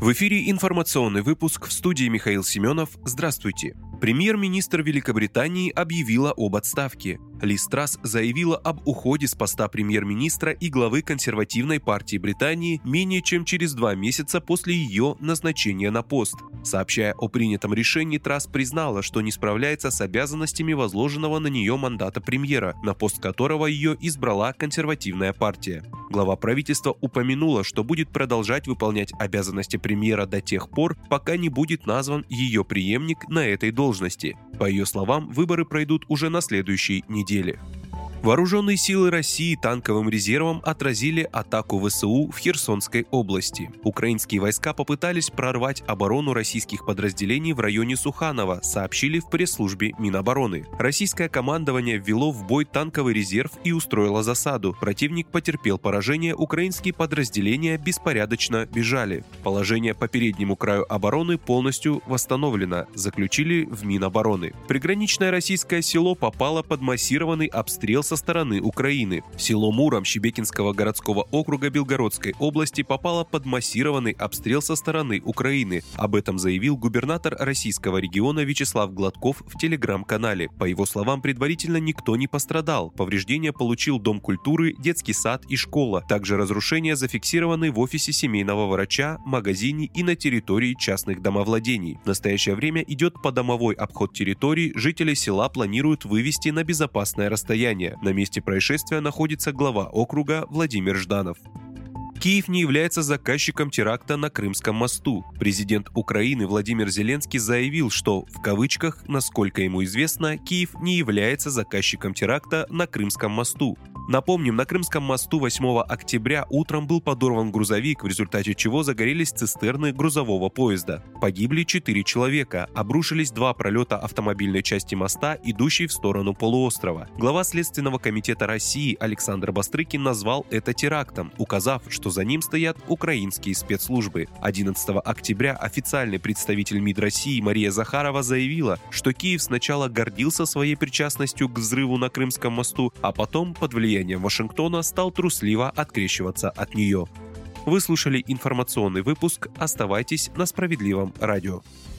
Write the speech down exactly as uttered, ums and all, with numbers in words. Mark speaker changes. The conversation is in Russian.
Speaker 1: В эфире информационный выпуск, в студии Михаил Семенов. Здравствуйте. Премьер-министр Великобритании объявила об отставке. Лиз Трасс заявила об уходе с поста премьер-министра и главы консервативной партии Британии менее чем через два месяца после ее назначения на пост. Сообщая о принятом решении, Трасс признала, что не справляется с обязанностями возложенного на нее мандата премьера, на пост которого ее избрала консервативная партия. Глава правительства упомянула, что будет продолжать выполнять обязанности премьера до тех пор, пока не будет назван ее преемник на этой должности. По ее словам, выборы пройдут уже на следующей неделе. Вооруженные силы России танковым резервом отразили атаку ВСУ в Херсонской области. Украинские войска попытались прорвать оборону российских подразделений в районе Суханова, сообщили в пресс-службе Минобороны. Российское командование ввело в бой танковый резерв и устроило засаду. Противник потерпел поражение, украинские подразделения беспорядочно бежали. Положение по переднему краю обороны полностью восстановлено, заключили в Минобороны. Приграничное российское село попало под массированный обстрел со стороны Украины. Село Муром Шебекинского городского округа Белгородской области попало под массированный обстрел со стороны Украины. Об этом заявил губернатор российского региона Вячеслав Гладков в телеграм-канале. По его словам, предварительно никто не пострадал. Повреждения получил Дом культуры, детский сад и школа. Также разрушения зафиксированы в офисе семейного врача, магазине и на территории частных домовладений. В настоящее время идет подомовой обход территории, жители села планируют вывести на безопасное расстояние. На месте происшествия находится глава округа Владимир Жданов. Киев не является заказчиком теракта на Крымском мосту. Президент Украины Владимир Зеленский заявил, что, в кавычках, насколько ему известно, Киев не является заказчиком теракта на Крымском мосту. Напомним, на Крымском мосту восьмого октября утром был подорван грузовик, в результате чего загорелись цистерны грузового поезда. Погибли четыре человека, обрушились два пролета автомобильной части моста, идущей в сторону полуострова. Глава Следственного комитета России Александр Бастрыкин назвал это терактом, указав, что за ним стоят украинские спецслужбы. одиннадцатого октября официальный представитель МИД России Мария Захарова заявила, что Киев сначала гордился своей причастностью к взрыву на Крымском мосту, а потом под влиянием Вашингтона стал трусливо открещиваться от нее. Вы слушали информационный выпуск. Оставайтесь на Справедливом радио.